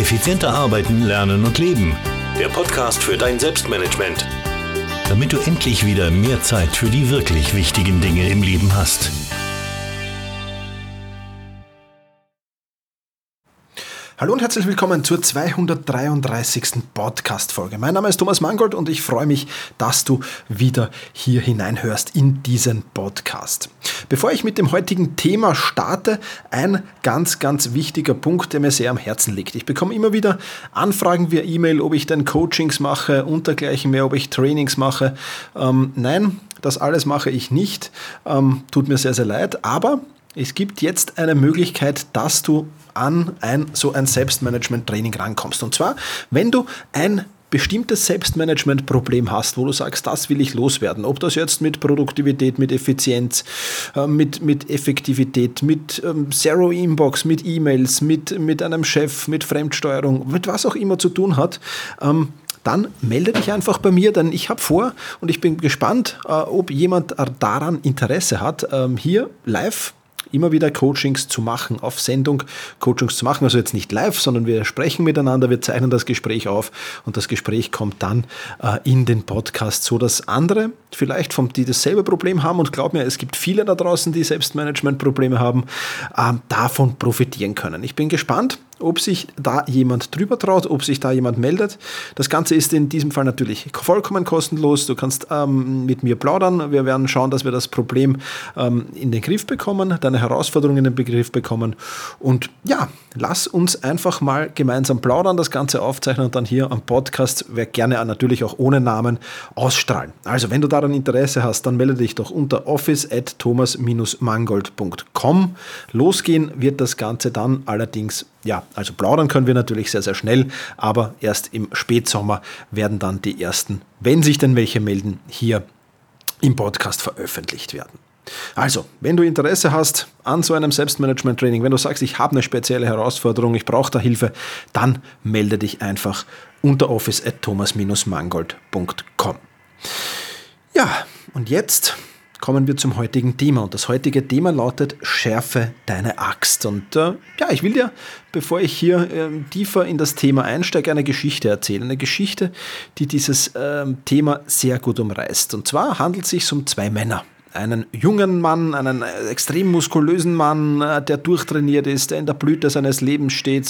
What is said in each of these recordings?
Effizienter arbeiten, lernen und leben. Der Podcast für dein Selbstmanagement. Damit du endlich wieder mehr Zeit für die wirklich wichtigen Dinge im Leben hast. Hallo und herzlich willkommen zur 233. Podcast-Folge. Mein Name ist Thomas Mangold und ich freue mich, dass du wieder hier hineinhörst in diesen Podcast. Bevor ich mit dem heutigen Thema starte, ein ganz, ganz wichtiger Punkt, der mir sehr am Herzen liegt. Ich bekomme immer wieder Anfragen via E-Mail, ob ich denn Coachings mache und dergleichen mehr, ob ich Trainings mache. Nein, das alles mache ich nicht. Tut mir sehr, sehr leid, aber es gibt jetzt eine Möglichkeit, dass du an so ein Selbstmanagement-Training rankommst. Und zwar, wenn du ein bestimmtes Selbstmanagement-Problem hast, wo du sagst, das will ich loswerden. Ob das jetzt mit Produktivität, mit Effizienz, mit Effektivität, mit Zero Inbox, mit E-Mails, mit einem Chef, mit Fremdsteuerung, mit was auch immer zu tun hat, dann melde dich einfach bei mir, denn ich habe vor und ich bin gespannt, ob jemand daran Interesse hat, hier live immer wieder Coachings zu machen, auf Sendung Coachings zu machen, also jetzt nicht live, sondern wir sprechen miteinander, wir zeichnen das Gespräch auf und das Gespräch kommt dann in den Podcast, so dass andere vielleicht die dasselbe Problem haben und glaub mir, es gibt viele da draußen, die Selbstmanagement-Probleme haben, davon profitieren können. Ich bin gespannt, ob sich da jemand drüber traut, ob sich da jemand meldet. Das Ganze ist in diesem Fall natürlich vollkommen kostenlos. Du kannst mit mir plaudern. Wir werden schauen, dass wir das Problem in den Griff bekommen, deine Herausforderungen in den Begriff bekommen. Und ja, lass uns einfach mal gemeinsam plaudern, das Ganze aufzeichnen und dann hier am Podcast, wer gerne natürlich auch ohne Namen, ausstrahlen. Also, wenn du daran Interesse hast, dann melde dich doch unter office@thomas-mangold.com. Losgehen wird das Ganze dann allerdings. Ja, also plaudern können wir natürlich sehr, sehr schnell, aber erst im Spätsommer werden dann die ersten, wenn sich denn welche melden, hier im Podcast veröffentlicht werden. Also, wenn du Interesse hast an so einem Selbstmanagement-Training, wenn du sagst, ich habe eine spezielle Herausforderung, ich brauche da Hilfe, dann melde dich einfach unter office@thomas-mangold.com. Ja, und jetzt kommen wir zum heutigen Thema. Und das heutige Thema lautet: Schärfe deine Axt. Und ich will dir, bevor ich hier tiefer in das Thema einsteige, eine Geschichte erzählen. Eine Geschichte, die dieses Thema sehr gut umreißt. Und zwar handelt es sich um zwei Männer. Einen jungen Mann, einen extrem muskulösen Mann, der durchtrainiert ist, der in der Blüte seines Lebens steht,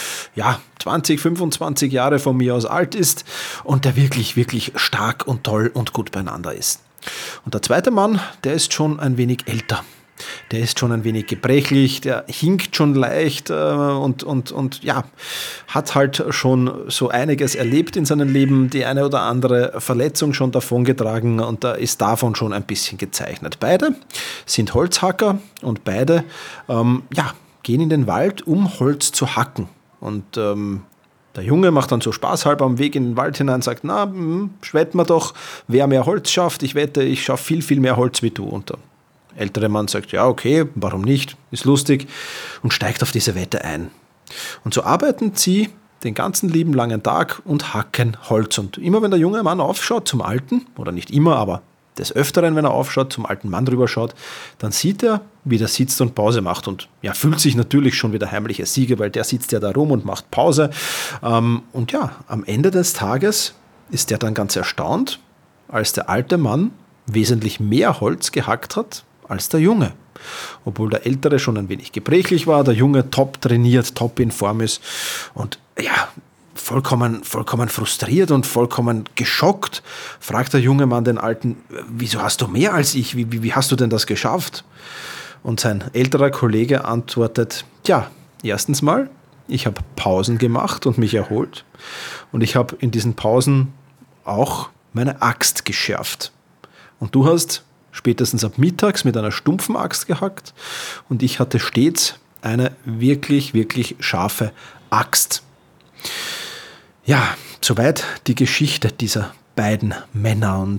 20, 25 Jahre von mir aus alt ist und der wirklich, wirklich stark und toll und gut beieinander ist. Und der zweite Mann, der ist schon ein wenig älter. Der ist schon ein wenig gebrechlich, der hinkt schon leicht und hat halt schon so einiges erlebt in seinem Leben, die eine oder andere Verletzung schon davongetragen und da ist davon schon ein bisschen gezeichnet. Beide sind Holzhacker und beide gehen in den Wald, um Holz zu hacken. Und der Junge macht dann so spaßhalber am Weg in den Wald hinein und sagt, wetten wir doch, wer mehr Holz schafft. Ich wette, ich schaffe viel, viel mehr Holz wie du. Und der ältere Mann sagt, ja okay, warum nicht, ist lustig und steigt auf diese Wette ein. Und so arbeiten sie den ganzen lieben langen Tag und hacken Holz. Und immer wenn der junge Mann aufschaut zum Alten, oder nicht immer, aber des Öfteren, wenn er aufschaut, zum alten Mann drüber schaut, dann sieht er, wie der sitzt und Pause macht und fühlt sich natürlich schon wieder heimlicher Sieger, weil der sitzt ja da rum und macht Pause. Am Ende des Tages ist der dann ganz erstaunt, als der alte Mann wesentlich mehr Holz gehackt hat als der Junge. Obwohl der Ältere schon ein wenig gebrechlich war, der Junge top trainiert, top in Form ist und vollkommen frustriert und vollkommen geschockt, fragt der junge Mann den Alten, wieso hast du mehr als ich? Wie hast du denn das geschafft? Und sein älterer Kollege antwortet, erstens mal, ich habe Pausen gemacht und mich erholt und ich habe in diesen Pausen auch meine Axt geschärft. Und du hast spätestens ab mittags mit einer stumpfen Axt gehackt und ich hatte stets eine wirklich, wirklich scharfe Axt. Ja, soweit die Geschichte dieser beiden Männer. Und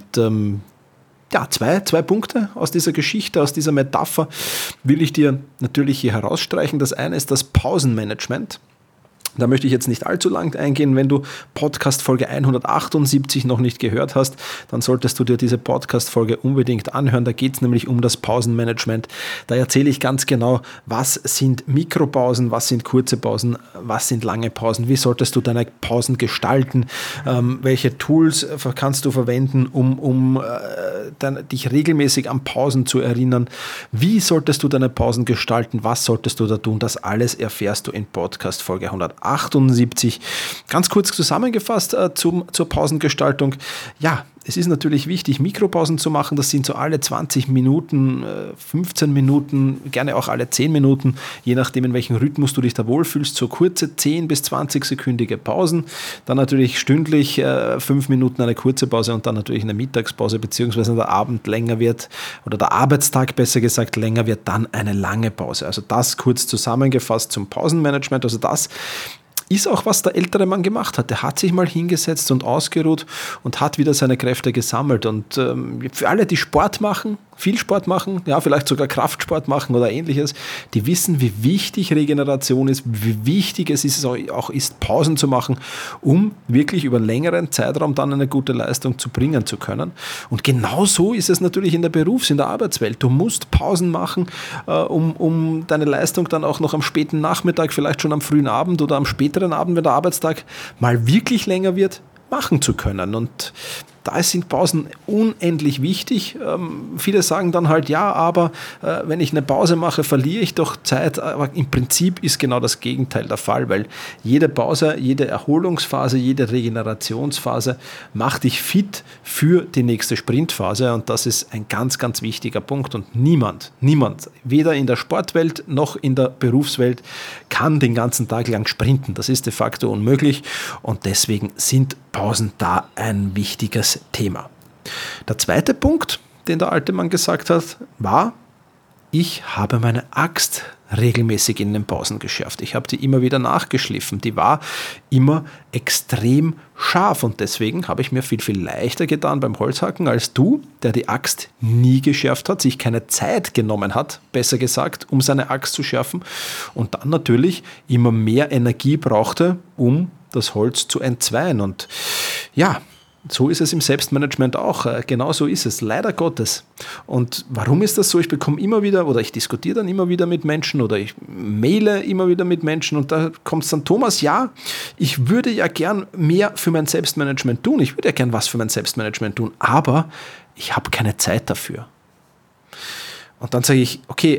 zwei Punkte aus dieser Geschichte, aus dieser Metapher will ich dir natürlich hier herausstreichen. Das eine ist das Pausenmanagement. Da möchte ich jetzt nicht allzu lang eingehen. Wenn du Podcast Folge 178 noch nicht gehört hast, dann solltest du dir diese Podcast-Folge unbedingt anhören. Da geht es nämlich um das Pausenmanagement. Da erzähle ich ganz genau, was sind Mikropausen, was sind kurze Pausen, was sind lange Pausen, wie solltest du deine Pausen gestalten, welche Tools kannst du verwenden, um dich regelmäßig an Pausen zu erinnern, wie solltest du deine Pausen gestalten, was solltest du da tun. Das alles erfährst du in Podcast Folge 178. Ganz kurz zusammengefasst zur Pausengestaltung. Ja, es ist natürlich wichtig, Mikropausen zu machen. Das sind so alle 20 Minuten, 15 Minuten, gerne auch alle 10 Minuten, je nachdem, in welchem Rhythmus du dich da wohlfühlst. So kurze 10 bis 20-sekündige Pausen. Dann natürlich stündlich 5 Minuten eine kurze Pause und dann natürlich eine Mittagspause, beziehungsweise der Abend länger wird oder der Arbeitstag besser gesagt länger wird, dann eine lange Pause. Also das kurz zusammengefasst zum Pausenmanagement. Also das ist auch, was der ältere Mann gemacht hat. Der hat sich mal hingesetzt und ausgeruht und hat wieder seine Kräfte gesammelt. Und für alle, die Sport machen, viel Sport machen, ja, vielleicht sogar Kraftsport machen oder ähnliches, die wissen, wie wichtig Regeneration ist, wie wichtig es ist, auch ist, Pausen zu machen, um wirklich über einen längeren Zeitraum dann eine gute Leistung zu bringen zu können. Und genau so ist es natürlich in der in der Arbeitswelt. Du musst Pausen machen, um deine Leistung dann auch noch am späten Nachmittag, vielleicht schon am frühen Abend oder am späteren Abend, wenn der Arbeitstag mal wirklich länger wird, machen zu können. Und da sind Pausen unendlich wichtig. Viele sagen dann halt, ja, aber wenn ich eine Pause mache, verliere ich doch Zeit. Aber im Prinzip ist genau das Gegenteil der Fall, weil jede Pause, jede Erholungsphase, jede Regenerationsphase macht dich fit für die nächste Sprintphase. Und das ist ein ganz, ganz wichtiger Punkt. Und niemand, weder in der Sportwelt noch in der Berufswelt kann den ganzen Tag lang sprinten. Das ist de facto unmöglich. Und deswegen sind Pausen da ein wichtiges Thema. Der zweite Punkt, den der alte Mann gesagt hat, war, ich habe meine Axt regelmäßig in den Pausen geschärft. Ich habe die immer wieder nachgeschliffen. Die war immer extrem scharf und deswegen habe ich mir viel, viel leichter getan beim Holzhacken als du, der die Axt nie geschärft hat, sich keine Zeit genommen hat, besser gesagt, um seine Axt zu schärfen und dann natürlich immer mehr Energie brauchte, um das Holz zu entzweien. Und ja, so ist es im Selbstmanagement auch. Genau so ist es, leider Gottes. Und warum ist das so? Ich bekomme immer wieder, oder ich diskutiere dann immer wieder mit Menschen oder ich maile immer wieder mit Menschen und da kommt es dann, Thomas, ja, ich würde ja gern mehr für mein Selbstmanagement tun. Ich würde ja gern was für mein Selbstmanagement tun, aber ich habe keine Zeit dafür. Und dann sage ich, okay,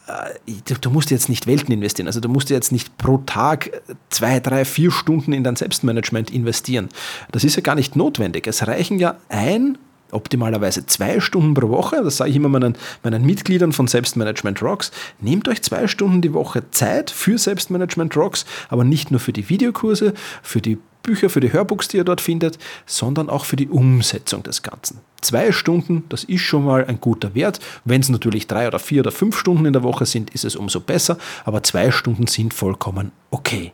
du musst jetzt nicht Welten investieren, also du musst jetzt nicht pro Tag 2, 3, 4 Stunden in dein Selbstmanagement investieren. Das ist ja gar nicht notwendig. Es reichen ja optimalerweise 2 Stunden pro Woche, das sage ich immer meinen Mitgliedern von Selbstmanagement Rocks, nehmt euch 2 Stunden die Woche Zeit für Selbstmanagement Rocks, aber nicht nur für die Videokurse, für die Bücher, für die Hörbooks, die ihr dort findet, sondern auch für die Umsetzung des Ganzen. 2 Stunden, das ist schon mal ein guter Wert. Wenn es natürlich 3 oder 4 oder 5 Stunden in der Woche sind, ist es umso besser, aber 2 Stunden sind vollkommen okay.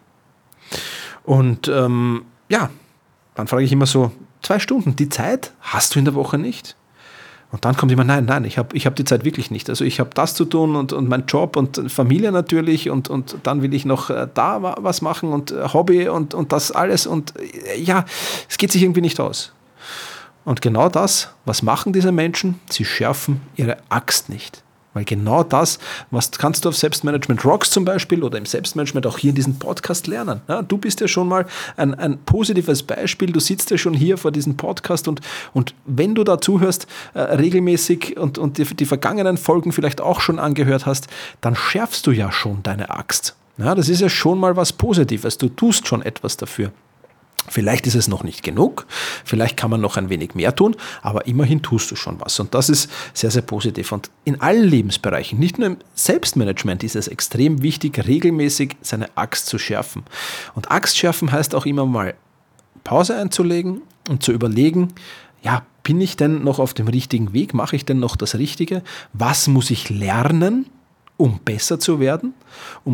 Und dann frage ich immer so, 2 Stunden, die Zeit hast du in der Woche nicht? Und dann kommt immer, nein, ich hab die Zeit wirklich nicht. Also ich habe das zu tun und mein Job und Familie natürlich und dann will ich noch da was machen und Hobby und das alles und ja, es geht sich irgendwie nicht aus. Und genau das, was machen diese Menschen? Sie schärfen ihre Axt nicht. Weil genau das, was kannst du auf Selbstmanagement Rocks zum Beispiel oder im Selbstmanagement auch hier in diesem Podcast lernen. Ja, du bist ja schon mal ein positives Beispiel, du sitzt ja schon hier vor diesem Podcast und wenn du da zuhörst regelmäßig und die vergangenen Folgen vielleicht auch schon angehört hast, dann schärfst du ja schon deine Axt. Ja, das ist ja schon mal was Positives, du tust schon etwas dafür. Vielleicht ist es noch nicht genug, vielleicht kann man noch ein wenig mehr tun, aber immerhin tust du schon was. Und das ist sehr, sehr positiv. Und in allen Lebensbereichen, nicht nur im Selbstmanagement, ist es extrem wichtig, regelmäßig seine Axt zu schärfen. Und Axt schärfen heißt auch immer mal Pause einzulegen und zu überlegen, ja, bin ich denn noch auf dem richtigen Weg? Mache ich denn noch das Richtige? Was muss ich lernen, um besser zu werden, um das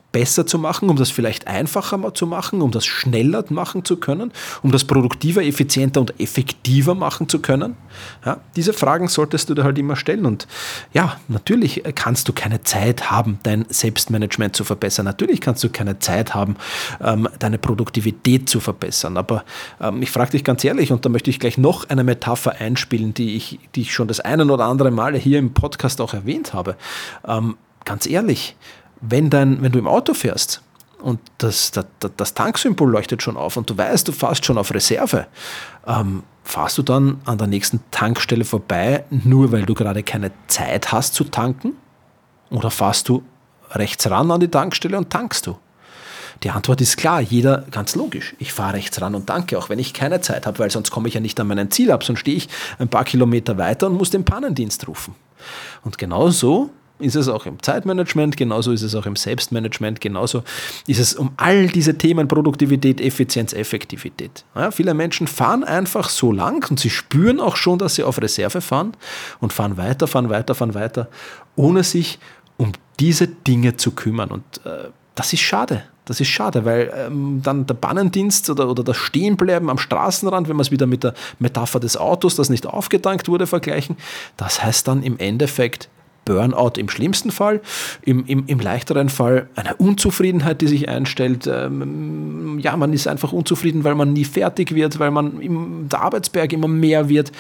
besser zu machen, um das vielleicht einfacher zu machen, um das schneller machen zu können, um das produktiver, effizienter und effektiver machen zu können? Ja, diese Fragen solltest du dir halt immer stellen. Und ja, natürlich kannst du keine Zeit haben, dein Selbstmanagement zu verbessern. Natürlich kannst du keine Zeit haben, deine Produktivität zu verbessern. Aber ich frage dich ganz ehrlich, und da möchte ich gleich noch eine Metapher einspielen, die ich schon das eine oder andere Mal hier im Podcast auch erwähnt habe. Ganz ehrlich, wenn du im Auto fährst und das Tanksymbol leuchtet schon auf und du weißt, du fährst schon auf Reserve, fahrst du dann an der nächsten Tankstelle vorbei, nur weil du gerade keine Zeit hast zu tanken? Oder fährst du rechts ran an die Tankstelle und tankst du? Die Antwort ist klar, jeder, ganz logisch. Ich fahre rechts ran und tanke, auch wenn ich keine Zeit habe, weil sonst komme ich ja nicht an mein Ziel ab, sonst stehe ich ein paar Kilometer weiter und muss den Pannendienst rufen. Und genau so ist es auch im Zeitmanagement, genauso ist es auch im Selbstmanagement, genauso ist es um all diese Themen Produktivität, Effizienz, Effektivität. Ja, viele Menschen fahren einfach so lang und sie spüren auch schon, dass sie auf Reserve fahren und fahren weiter, ohne sich um diese Dinge zu kümmern. Und das ist schade. Das ist schade, weil dann der Pannendienst oder das Stehenbleiben am Straßenrand, wenn wir es wieder mit der Metapher des Autos, das nicht aufgetankt wurde, vergleichen, das heißt dann im Endeffekt Burnout im schlimmsten Fall, im leichteren Fall eine Unzufriedenheit, die sich einstellt. Man ist einfach unzufrieden, weil man nie fertig wird, weil der Arbeitsberg immer mehr wird.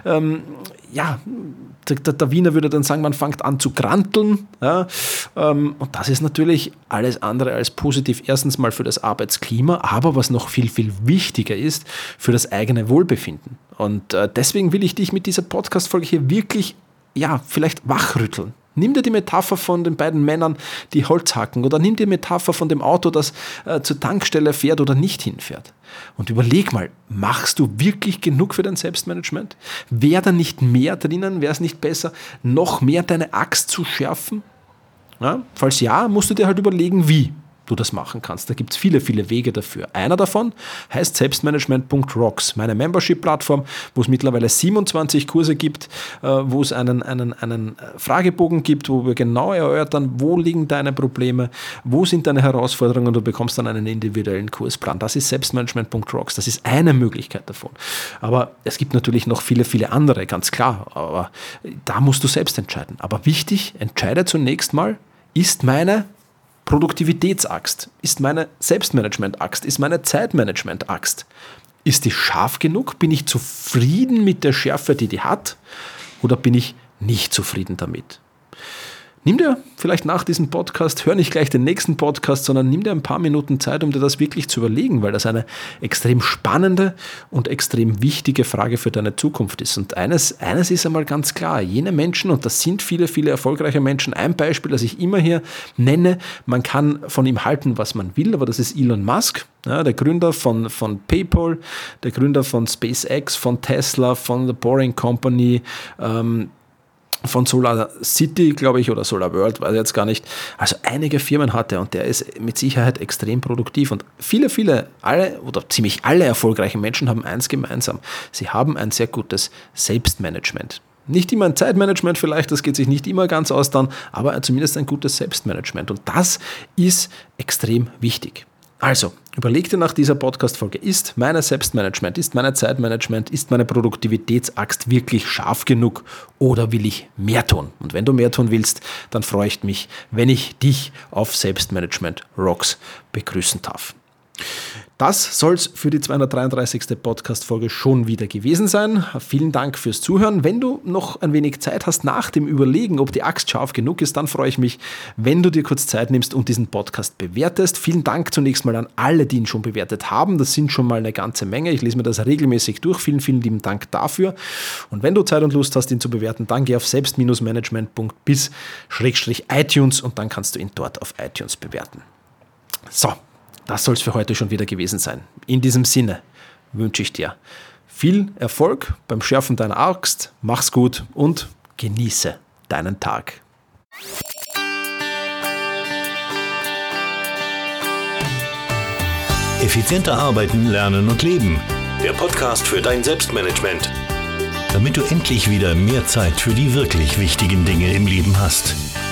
Der Wiener würde dann sagen, man fängt an zu granteln. Ja? Und das ist natürlich alles andere als positiv. Erstens mal für das Arbeitsklima, aber was noch viel, viel wichtiger ist, für das eigene Wohlbefinden. Und deswegen will ich dich mit dieser Podcast-Folge hier wirklich vielleicht wachrütteln. Nimm dir die Metapher von den beiden Männern, die Holz hacken, oder nimm dir die Metapher von dem Auto, das zur Tankstelle fährt oder nicht hinfährt. Und überleg mal, machst du wirklich genug für dein Selbstmanagement? Wäre da nicht mehr drinnen? Wäre es nicht besser, noch mehr deine Axt zu schärfen? Ja? Falls ja, musst du dir halt überlegen, wie du das machen kannst. Da gibt es viele, viele Wege dafür. Einer davon heißt Selbstmanagement.rocks, meine Membership-Plattform, wo es mittlerweile 27 Kurse gibt, wo es einen Fragebogen gibt, wo wir genau erörtern, wo liegen deine Probleme, wo sind deine Herausforderungen, und du bekommst dann einen individuellen Kursplan. Das ist Selbstmanagement.rocks. Das ist eine Möglichkeit davon. Aber es gibt natürlich noch viele, viele andere, ganz klar. Aber da musst du selbst entscheiden. Aber wichtig, entscheide zunächst mal, ist meine Produktivitätsaxt, ist meine Selbstmanagement-Axt, ist meine Zeitmanagement-Axt. Ist die scharf genug? Bin ich zufrieden mit der Schärfe, die hat? Oder bin ich nicht zufrieden damit? Nimm dir vielleicht nach diesem Podcast, hör nicht gleich den nächsten Podcast, sondern nimm dir ein paar Minuten Zeit, um dir das wirklich zu überlegen, weil das eine extrem spannende und extrem wichtige Frage für deine Zukunft ist. Und eines ist einmal ganz klar, jene Menschen, und das sind viele, viele erfolgreiche Menschen, ein Beispiel, das ich immer hier nenne, man kann von ihm halten, was man will, aber das ist Elon Musk, ja, der Gründer von PayPal, der Gründer von SpaceX, von Tesla, von The Boring Company, von Solar City, glaube ich, oder Solar World, weiß ich jetzt gar nicht. Also einige Firmen hat er, und der ist mit Sicherheit extrem produktiv. Und alle oder ziemlich alle erfolgreichen Menschen haben eins gemeinsam. Sie haben ein sehr gutes Selbstmanagement. Nicht immer ein Zeitmanagement vielleicht, das geht sich nicht immer ganz aus dann, aber zumindest ein gutes Selbstmanagement. Und das ist extrem wichtig. Also, überleg dir nach dieser Podcast-Folge, ist mein Selbstmanagement, ist mein Zeitmanagement, ist meine Produktivitätsaxt wirklich scharf genug oder will ich mehr tun? Und wenn du mehr tun willst, dann freue ich mich, wenn ich dich auf Selbstmanagement Rocks begrüßen darf. Das soll es für die 233. Podcast-Folge schon wieder gewesen sein. Vielen Dank fürs Zuhören. Wenn du noch ein wenig Zeit hast nach dem Überlegen, ob die Axt scharf genug ist, dann freue ich mich, wenn du dir kurz Zeit nimmst und diesen Podcast bewertest. Vielen Dank zunächst mal an alle, die ihn schon bewertet haben. Das sind schon mal eine ganze Menge. Ich lese mir das regelmäßig durch. Vielen, vielen lieben Dank dafür. Und wenn du Zeit und Lust hast, ihn zu bewerten, dann geh auf selbst-management.biz/iTunes und dann kannst du ihn dort auf iTunes bewerten. So. Das soll es für heute schon wieder gewesen sein. In diesem Sinne wünsche ich dir viel Erfolg beim Schärfen deiner Axt, mach's gut und genieße deinen Tag. Effizienter arbeiten, lernen und leben. Der Podcast für dein Selbstmanagement. Damit du endlich wieder mehr Zeit für die wirklich wichtigen Dinge im Leben hast.